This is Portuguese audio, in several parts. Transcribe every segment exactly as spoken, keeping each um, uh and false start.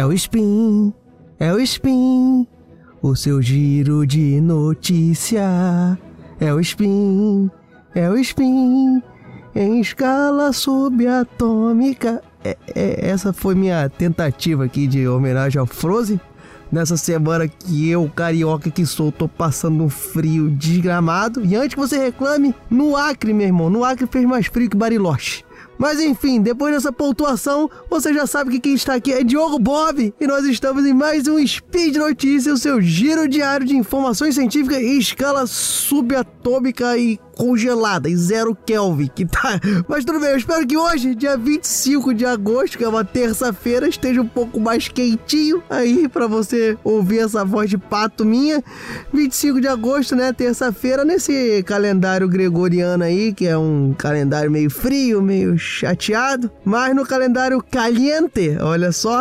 o Spin, é o Spin, o seu giro de notícia. É o Spin, é o Spin, em escala subatômica. É, é, essa foi minha tentativa aqui de homenagem ao Frozen. Nessa semana que eu, carioca que sou, tô passando um frio desgramado. E antes que você reclame, no Acre, meu irmão, no Acre fez mais frio que Bariloche. Mas enfim, depois dessa pontuação, você já sabe que quem está aqui é Diogo Bob. E nós estamos em mais um Speed Notícia, o seu giro diário de informações científicas em escala subatômica e congelada, em zero Kelvin, que tá... Mas tudo bem, eu espero que hoje, dia vinte e cinco de agosto, que é uma terça-feira, esteja um pouco mais quentinho aí pra você ouvir essa voz de pato minha. vinte e cinco de agosto, né, terça-feira, nesse calendário gregoriano aí, que é um calendário meio frio, meio chateado, mas no calendário caliente, olha só,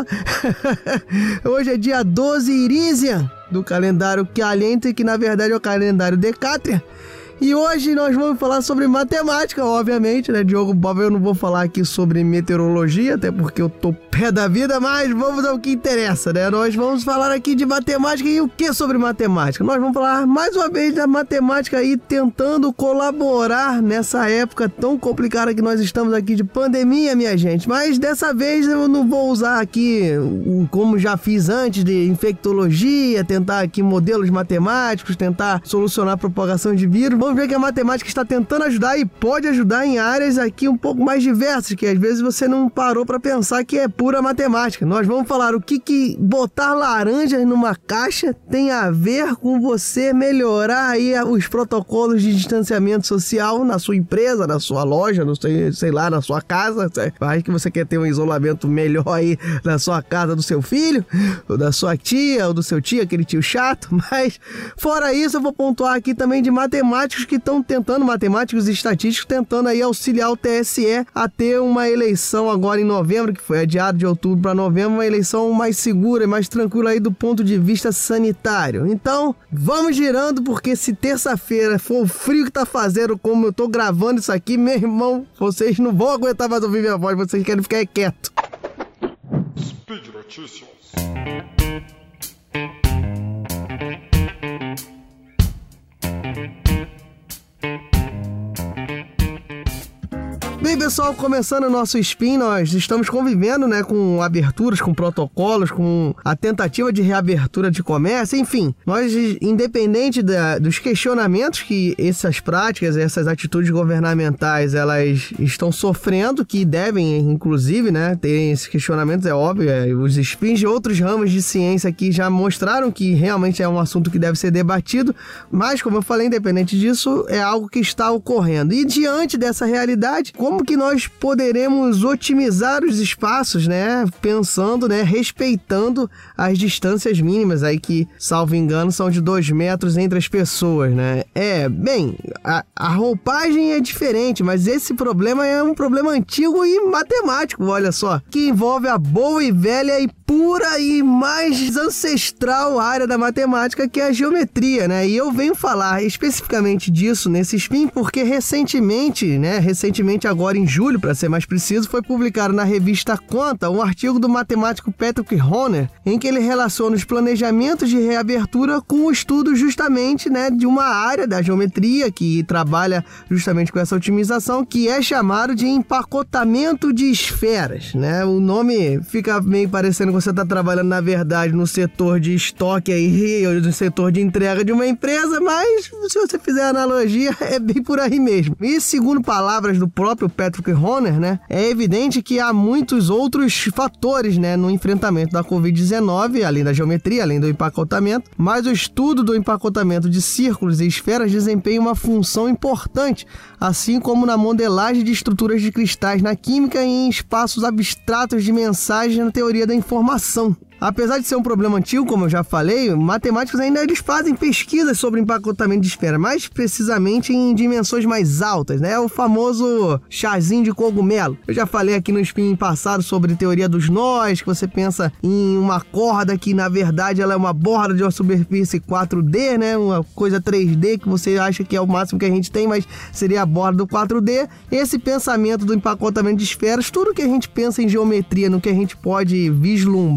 hoje é dia doze Irisian, do calendário caliente, que na verdade é o calendário Decátria. E hoje nós vamos falar sobre matemática, obviamente, né, Diogo Bob? Eu não vou falar aqui sobre meteorologia, até porque eu tô pé da vida, mas vamos ao que interessa, né? Nós vamos falar aqui de matemática. E o que sobre matemática? Nós vamos falar mais uma vez da matemática aí, tentando colaborar nessa época tão complicada que nós estamos aqui de pandemia, minha gente. Mas dessa vez eu não vou usar aqui, como já fiz antes, de infectologia, tentar aqui modelos matemáticos, tentar solucionar a propagação de vírus. Vamos ver que a matemática está tentando ajudar e pode ajudar em áreas aqui um pouco mais diversas, que às vezes você não parou para pensar que é pura matemática. Nós vamos falar o que, que botar laranjas numa caixa tem a ver com você melhorar aí os protocolos de distanciamento social na sua empresa, na sua loja, no sei, sei lá, na sua casa. Acho que você quer ter um isolamento melhor aí na sua casa do seu filho, ou da sua tia, ou do seu tio, aquele tio chato. Mas fora isso, eu vou pontuar aqui também de matemática que estão tentando, matemáticos e estatísticos, tentando aí auxiliar o T S E a ter uma eleição agora em novembro, que foi adiado de outubro para novembro, uma eleição mais segura e mais tranquila aí do ponto de vista sanitário. Então, vamos girando, porque se terça-feira for o frio que tá fazendo, como eu tô gravando isso aqui, meu irmão, vocês não vão aguentar mais ouvir minha voz, vocês querem ficar quieto. Speed Notícias. Bem, pessoal, começando o nosso Spin, nós estamos convivendo, né, com aberturas, com protocolos, com a tentativa de reabertura de comércio, enfim. Nós, independente da, dos questionamentos que essas práticas, essas atitudes governamentais, elas estão sofrendo, que devem, inclusive, né, ter esses questionamentos, é óbvio, é, os spins de outros ramos de ciência aqui já mostraram que realmente é um assunto que deve ser debatido, mas, como eu falei, independente disso, é algo que está ocorrendo. E diante dessa realidade, como que nós poderemos otimizar os espaços, né? Pensando, né? Respeitando as distâncias mínimas aí que, salvo engano, são de dois metros entre as pessoas, né? É, bem, a, a roupagem é diferente, mas esse problema é um problema antigo e matemático, olha só, que envolve a boa e velha e pura e mais ancestral área da matemática, que é a geometria, né? E eu venho falar especificamente disso nesse spin porque recentemente, né? Recentemente agora em julho, para ser mais preciso, foi publicado na revista Quanta um artigo do matemático Patrick Horner, em que ele relaciona os planejamentos de reabertura com o estudo justamente, né, de uma área da geometria que trabalha justamente com essa otimização, que é chamado de empacotamento de esferas, né? O nome fica meio parecendo que você está trabalhando, na verdade, no setor de estoque aí, ou no setor de entrega de uma empresa, mas se você fizer a analogia, é bem por aí mesmo. E segundo palavras do próprio Patrick Horner, né, é evidente que há muitos outros fatores, né, no enfrentamento da covid dezenove, além da geometria, além do empacotamento, mas o estudo do empacotamento de círculos e esferas desempenha uma função importante, assim como na modelagem de estruturas de cristais na química e em espaços abstratos de mensagem na teoria da informação. Apesar de ser um problema antigo, como eu já falei, matemáticos ainda eles fazem pesquisas sobre empacotamento de esfera, mais precisamente em dimensões mais altas, né? O famoso chazinho de cogumelo. Eu já falei aqui no spin passado sobre teoria dos nós, que você pensa em uma corda que, na verdade, ela é uma borda de uma superfície quatro D, né? Uma coisa três D que você acha que é o máximo que a gente tem, mas seria a borda do quatro D. Esse pensamento do empacotamento de esferas, tudo que a gente pensa em geometria, no que a gente pode vislumbrar aqui,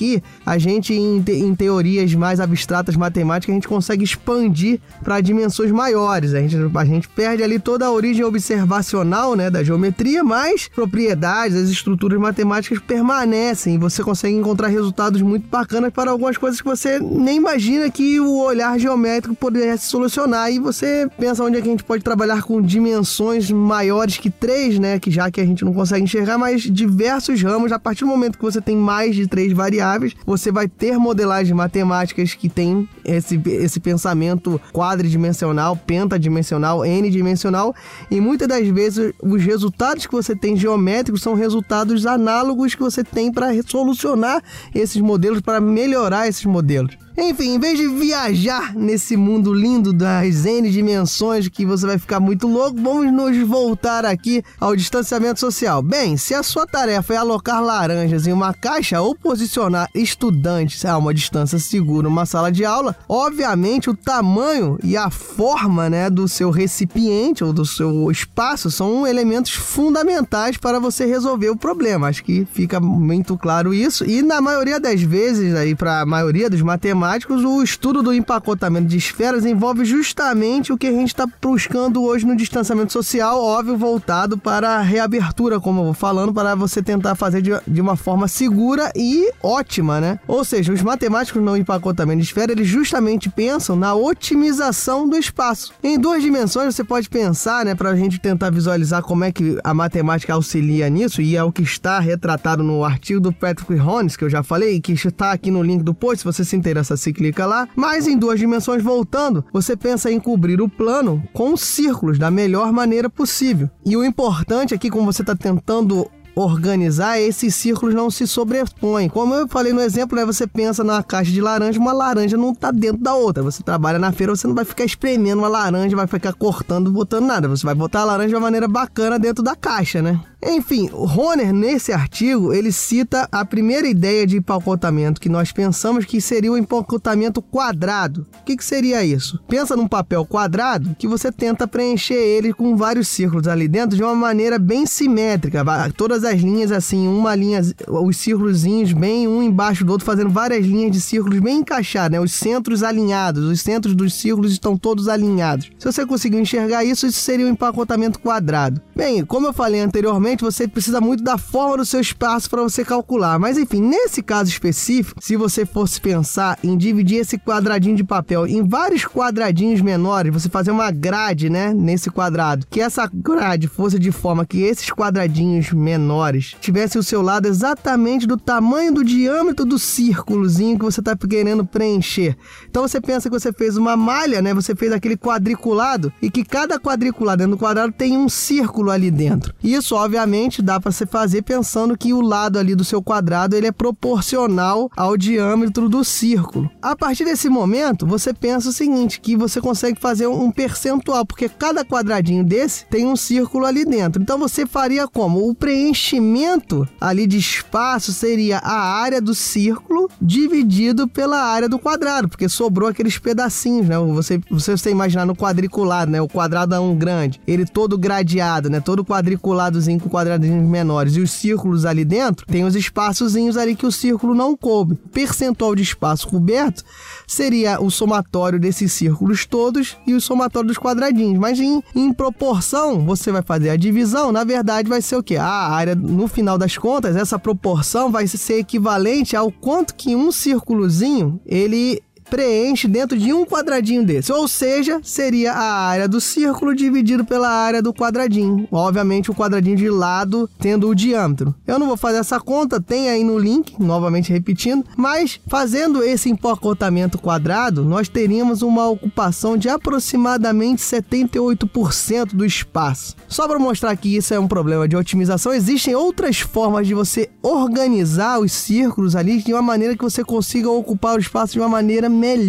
aqui, a gente, em, te, em teorias mais abstratas matemáticas, a gente consegue expandir para dimensões maiores. A gente, a gente perde ali toda a origem observacional, né, da geometria, mas propriedades, as estruturas matemáticas permanecem e você consegue encontrar resultados muito bacanas para algumas coisas que você nem imagina que o olhar geométrico poderia se solucionar. E você pensa onde é que a gente pode trabalhar com dimensões maiores que três, né, que já que a gente não consegue enxergar, mas diversos ramos. A partir do momento que você tem mais de três variáveis, você vai ter modelagens matemáticas que tem esse, esse pensamento quadridimensional, pentadimensional, n-dimensional, e muitas das vezes os resultados que você tem geométricos são resultados análogos que você tem para solucionar esses modelos, para melhorar esses modelos. Enfim, em vez de viajar nesse mundo lindo das N dimensões que você vai ficar muito louco, vamos nos voltar aqui ao distanciamento social. Bem, se a sua tarefa é alocar laranjas em uma caixa ou posicionar estudantes a uma distância segura numa sala de aula, obviamente o tamanho e a forma, né, do seu recipiente ou do seu espaço são elementos fundamentais para você resolver o problema. Acho que fica muito claro isso. E na maioria das vezes, aí para a maioria dos matemáticos, o estudo do empacotamento de esferas envolve justamente o que a gente está buscando hoje no distanciamento social, óbvio, voltado para a reabertura, como eu vou falando, para você tentar fazer de, de uma forma segura e ótima, né? Ou seja, os matemáticos no empacotamento de esfera, eles justamente pensam na otimização do espaço. Em duas dimensões você pode pensar, né, para a gente tentar visualizar como é que a matemática auxilia nisso, e é o que está retratado no artigo do Patrick Hones, que eu já falei, que está aqui no link do post, se você se interessa, se clica lá. Mas em duas dimensões, voltando, você pensa em cobrir o plano com círculos da melhor maneira possível. E o importante aqui, como você está tentando organizar, esses círculos não se sobrepõem. Como eu falei no exemplo, né, você pensa na caixa de laranja, uma laranja não está dentro da outra. Você trabalha na feira, você não vai ficar espremendo uma laranja, vai ficar cortando, botando nada. Você vai botar a laranja de uma maneira bacana dentro da caixa, né? Enfim, o Honer, nesse artigo, ele cita a primeira ideia de empacotamento que nós pensamos que seria o empacotamento quadrado. O que, que seria isso? Pensa num papel quadrado que você tenta preencher ele com vários círculos ali dentro de uma maneira bem simétrica. Todas as linhas assim, uma linha, os círculozinhos bem um embaixo do outro, fazendo várias linhas de círculos bem encaixadas, né? Os centros alinhados, os centros dos círculos estão todos alinhados. Se você conseguir enxergar isso, isso seria um empacotamento quadrado. Bem, como eu falei anteriormente, você precisa muito da forma do seu espaço para você calcular. Mas enfim, nesse caso específico, se você fosse pensar em dividir esse quadradinho de papel em vários quadradinhos menores, você fazer uma grade, né, nesse quadrado, que essa grade fosse de forma que esses quadradinhos menores tivessem o seu lado exatamente do tamanho do diâmetro do círculozinho que você está querendo preencher. Então você pensa que você fez uma malha, né, você fez aquele quadriculado, e que cada quadriculado dentro do quadrado tem um círculo ali dentro. Isso, obviamente, dá para você fazer pensando que o lado ali do seu quadrado ele é proporcional ao diâmetro do círculo. A partir desse momento, você pensa o seguinte, que você consegue fazer um percentual, porque cada quadradinho desse tem um círculo ali dentro. Então você faria como? O preenchimento ali de espaço seria a área do círculo dividido pela área do quadrado, porque sobrou aqueles pedacinhos, né? Você, você, você imaginar no quadriculado, né? O quadradão grande, ele todo gradeado, né? Todo quadriculadozinho com quadradinhos menores, e os círculos ali dentro tem os espaçozinhos ali que o círculo não coube. O percentual de espaço coberto seria o somatório desses círculos todos e o somatório dos quadradinhos, mas em, em proporção, você vai fazer a divisão, na verdade vai ser o quê? A área, no final das contas, essa proporção vai ser equivalente ao quanto que um círculozinho, ele preenche dentro de um quadradinho desse, ou seja, seria a área do círculo dividido pela área do quadradinho, obviamente o quadradinho de lado tendo o diâmetro. Eu não vou fazer essa conta, tem aí no link, novamente repetindo, mas fazendo esse empacotamento quadrado, nós teríamos uma ocupação de aproximadamente setenta e oito por cento do espaço. Só para mostrar que isso é um problema de otimização, existem outras formas de você organizar os círculos ali de uma maneira que você consiga ocupar o espaço de uma maneira melhor.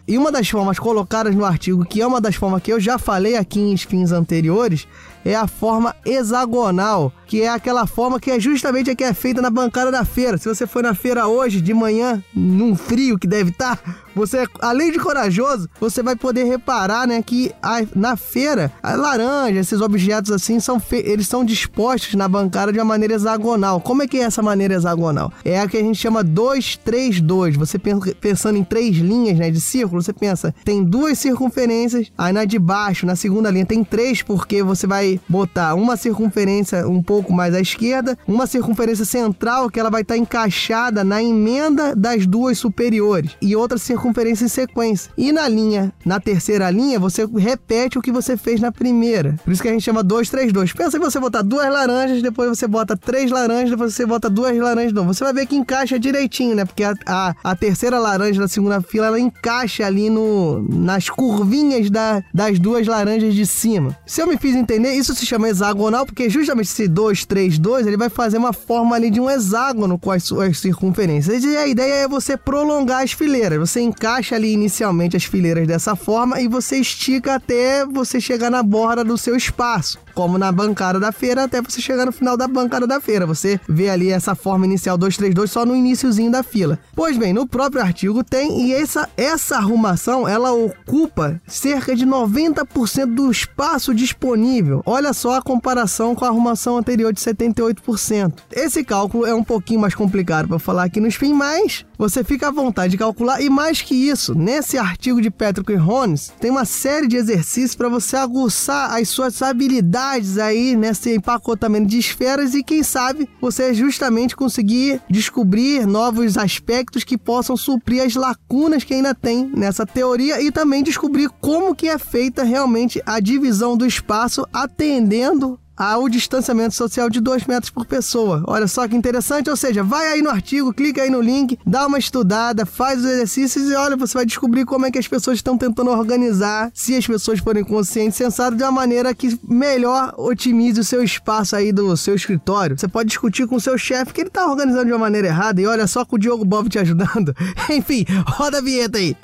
E uma das formas colocadas no artigo, que é uma das formas que eu já falei aqui em spins anteriores, é a forma hexagonal, que é aquela forma que é justamente a que é feita na bancada da feira. Se você for na feira hoje, de manhã, num frio que deve estar, você, além de corajoso, você vai poder reparar, né, que a, na feira, a laranja, esses objetos assim, são fe- eles são dispostos na bancada de uma maneira hexagonal. Como é que é essa maneira hexagonal? É a que a gente chama dois três dois. Você pensa, pensando em três linhas, né, de círculo, você pensa, tem duas circunferências, aí na de baixo, na segunda linha, tem três, porque você vai botar uma circunferência um pouco mais à esquerda, uma circunferência central, que ela vai estar encaixada na emenda das duas superiores, e outra circunferência em sequência. E na linha, na terceira linha, você repete o que você fez na primeira. Por isso que a gente chama dois três dois. Pensa em você botar duas laranjas, depois você bota três laranjas, depois você bota duas laranjas de novo. Você vai ver que encaixa direitinho, né? Porque a, a, a terceira laranja da segunda fila, ela encaixa ali no, nas curvinhas da, das duas laranjas de cima. Se eu me fiz entender, isso se chama hexagonal, porque justamente esse dois três dois, ele vai fazer uma forma ali de um hexágono com as suas circunferências. E a ideia é você prolongar as fileiras. Você encaixa ali inicialmente as fileiras dessa forma e você estica até você chegar na borda do seu espaço, como na bancada da feira, até você chegar no final da bancada da feira. Você vê ali essa forma inicial dois três dois só no iniciozinho da fila. Pois bem, no próprio artigo tem, e essa, essa arrumação, ela ocupa cerca de noventa por cento do espaço disponível. Olha só a comparação com a arrumação anterior de setenta e oito por cento. Esse cálculo é um pouquinho mais complicado para falar aqui no spin, mas você fica à vontade de calcular. E mais que isso, nesse artigo de Patrick e Holmes, tem uma série de exercícios para você aguçar as suas habilidades aí nesse empacotamento de esferas e, quem sabe, você justamente conseguir descobrir novos aspectos que possam suprir as lacunas que ainda tem nessa teoria e também descobrir como que é feita realmente a divisão do espaço atendendo ao distanciamento social de dois metros por pessoa. Olha só que interessante, ou seja, vai aí no artigo, clica aí no link, dá uma estudada, faz os exercícios e olha, você vai descobrir como é que as pessoas estão tentando organizar, se as pessoas forem conscientes e sensatas, de uma maneira que melhor otimize o seu espaço aí do seu escritório. Você pode discutir com o seu chefe que ele está organizando de uma maneira errada e olha só com o Diogo Bob te ajudando. Enfim, roda a vinheta aí.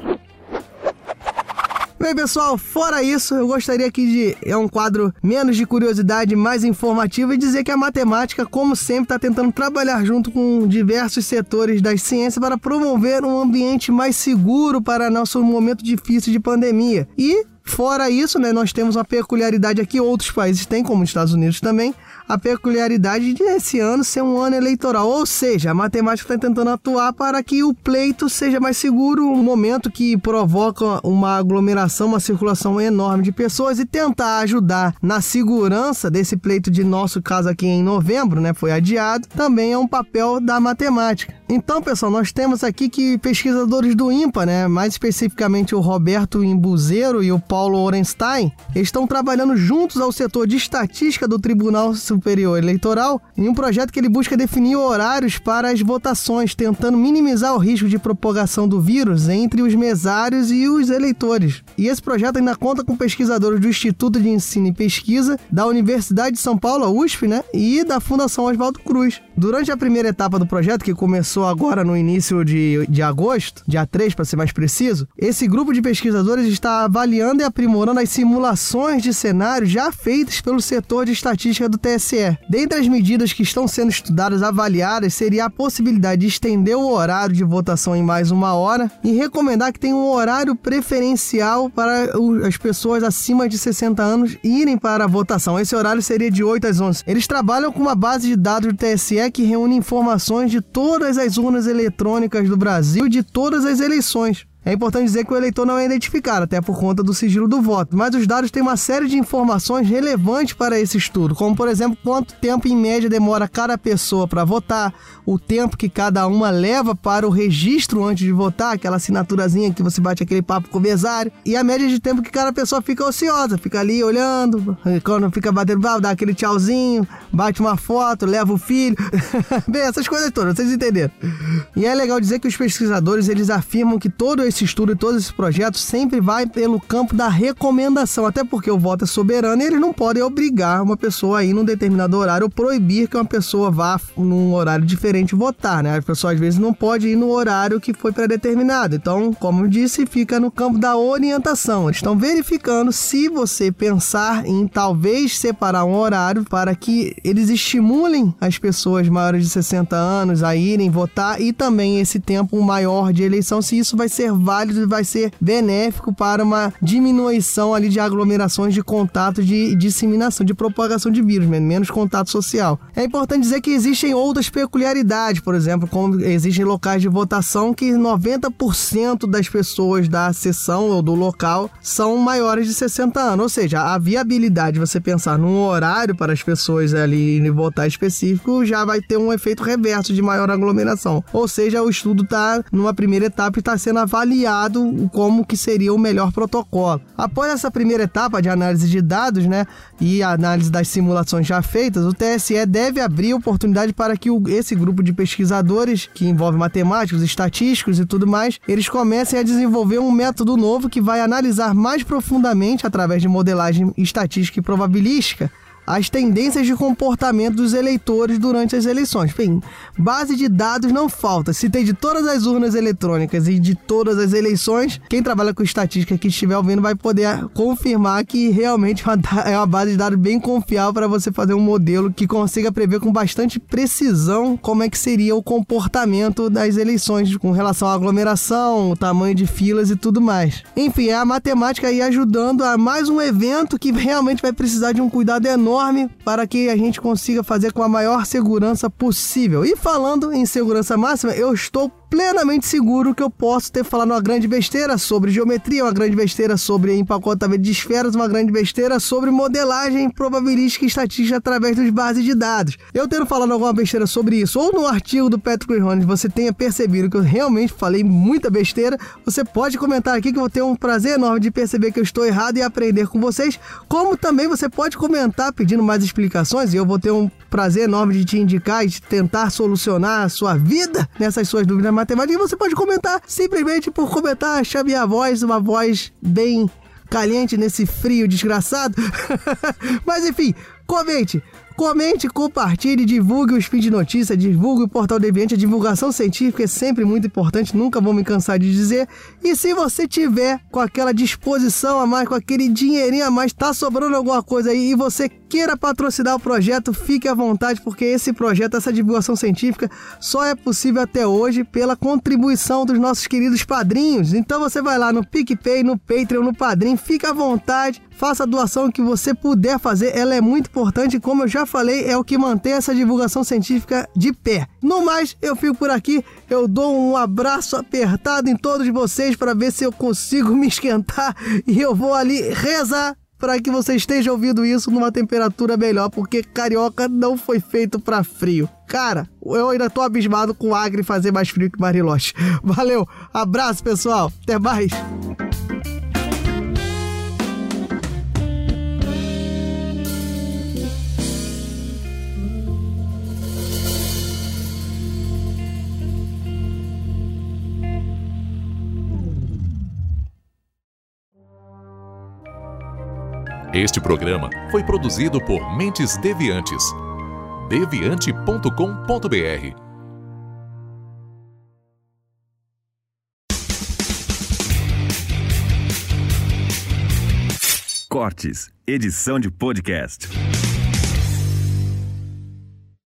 Bem, pessoal, fora isso, eu gostaria aqui de... É um quadro menos de curiosidade, mais informativo, e dizer que a matemática, como sempre, está tentando trabalhar junto com diversos setores das ciências para promover um ambiente mais seguro para nosso momento difícil de pandemia. E, fora isso, né, nós temos uma peculiaridade aqui, outros países têm, como os Estados Unidos também, a peculiaridade de esse ano ser um ano eleitoral, ou seja, a matemática está tentando atuar para que o pleito seja mais seguro, um momento que provoca uma aglomeração, uma circulação enorme de pessoas, e tentar ajudar na segurança desse pleito, de nosso caso aqui em novembro, né, foi adiado, também é um papel da matemática. Então, pessoal, nós temos aqui que pesquisadores do INPA, né, mais especificamente o Roberto Imbuzeiro e o Paulo Orenstein, estão trabalhando juntos ao setor de estatística do Tribunal Superior Eleitoral em um projeto que ele busca definir horários para as votações, tentando minimizar o risco de propagação do vírus entre os mesários e os eleitores. E esse projeto ainda conta com pesquisadores do Instituto de Ensino e Pesquisa, da Universidade de São Paulo, a U S P, né, e da Fundação Oswaldo Cruz. Durante a primeira etapa do projeto, que começou agora no início de, de agosto, dia três para ser mais preciso, esse grupo de pesquisadores está avaliando e aprimorando as simulações de cenários já feitas pelo setor de estatística do T S E. Dentre as medidas que estão sendo estudadas, avaliadas, seria a possibilidade de estender o horário de votação em mais uma hora e recomendar que tenha um horário preferencial para as pessoas acima de sessenta anos irem para a votação. Esse horário seria de oito às onze. Eles trabalham com uma base de dados do T S E que reúne informações de todas as urnas eletrônicas do Brasil e de todas as eleições. É importante dizer que o eleitor não é identificado, até por conta do sigilo do voto, mas os dados têm uma série de informações relevantes para esse estudo, como, por exemplo, quanto tempo em média demora cada pessoa para votar, o tempo que cada uma leva para o registro antes de votar, aquela assinaturazinha que você bate aquele papo com o mesário, e a média de tempo que cada pessoa fica ociosa, fica ali olhando, quando fica batendo, dá aquele tchauzinho, bate uma foto, leva o filho, bem, essas coisas todas, vocês entenderam. E é legal dizer que os pesquisadores, eles afirmam que todo esse estudo e todo esse projeto sempre vai pelo campo da recomendação, até porque o voto é soberano e eles não podem obrigar uma pessoa a ir num determinado horário ou proibir que uma pessoa vá num horário diferente votar, né? A pessoa às vezes não pode ir no horário que foi pré-determinado. Então, como eu disse, fica no campo da orientação. Eles estão verificando se você pensar em talvez separar um horário para que eles estimulem as pessoas maiores de sessenta anos a irem votar e também esse tempo maior de eleição, se isso vai ser válido e vai ser benéfico para uma diminuição ali de aglomerações de contato, de disseminação, de propagação de vírus, menos contato social. É importante dizer que existem outras peculiaridades, por exemplo, como existem locais de votação que noventa por cento das pessoas da sessão ou do local são maiores de sessenta anos, ou seja, a viabilidade de você pensar num horário para as pessoas ali irem votar específico já vai ter um efeito reverso de maior aglomeração, ou seja, o estudo está numa primeira etapa e está sendo avaliado como que seria o melhor protocolo. Após essa primeira etapa de análise de dados, né, e a análise das simulações já feitas, o T S E deve abrir oportunidade para que o, esse grupo de pesquisadores, que envolve matemáticos, estatísticos e tudo mais, eles comecem a desenvolver um método novo que vai analisar mais profundamente, através de modelagem estatística e probabilística, as tendências de comportamento dos eleitores durante as eleições. Enfim, base de dados não falta. Se tem de todas as urnas eletrônicas e de todas as eleições, quem trabalha com estatística que estiver ouvindo vai poder confirmar que realmente é uma base de dados bem confiável para você fazer um modelo que consiga prever com bastante precisão como é que seria o comportamento das eleições com relação à aglomeração, o tamanho de filas e tudo mais. Enfim, é a matemática aí ajudando a mais um evento que realmente vai precisar de um cuidado enorme para que a gente consiga fazer com a maior segurança possível. E falando em segurança máxima, eu estou plenamente seguro que eu posso ter falado uma grande besteira sobre geometria, uma grande besteira sobre empacotamento de esferas, uma grande besteira sobre modelagem probabilística e estatística através dos bases de dados. Eu tendo falado alguma besteira sobre isso, ou no artigo do Patrick Rones você tenha percebido que eu realmente falei muita besteira, você pode comentar aqui que eu vou ter um prazer enorme de perceber que eu estou errado e aprender com vocês, como também você pode comentar pedindo mais explicações e eu vou ter um prazer enorme de te indicar e de tentar solucionar a sua vida nessas suas dúvidas matemáticas. E você pode comentar simplesmente por comentar, achar minha voz, uma voz bem caliente nesse frio desgraçado. Mas enfim, comente. Comente, compartilhe, divulgue o Spin de Notícia, divulgue o Portal Deviante. A divulgação científica é sempre muito importante, nunca vou me cansar de dizer. E se você tiver com aquela disposição a mais, com aquele dinheirinho a mais, tá sobrando alguma coisa aí e você queira patrocinar o projeto, fique à vontade, porque esse projeto, essa divulgação científica só é possível até hoje pela contribuição dos nossos queridos padrinhos. Então você vai lá no PicPay, no Patreon, no Padrim, fique à vontade, faça a doação que você puder fazer, ela é muito importante e como eu já falei, é o que mantém essa divulgação científica de pé. No mais, eu fico por aqui, eu dou um abraço apertado em todos vocês para ver se eu consigo me esquentar e eu vou ali rezar para que você esteja ouvindo isso numa temperatura melhor, porque carioca não foi feito para frio. Cara, eu ainda tô abismado com o Acre fazer mais frio que Bariloche. Valeu, abraço pessoal, até mais! Este programa foi produzido por Mentes Deviantes. deviante ponto com ponto b r. Cortes, edição de podcast.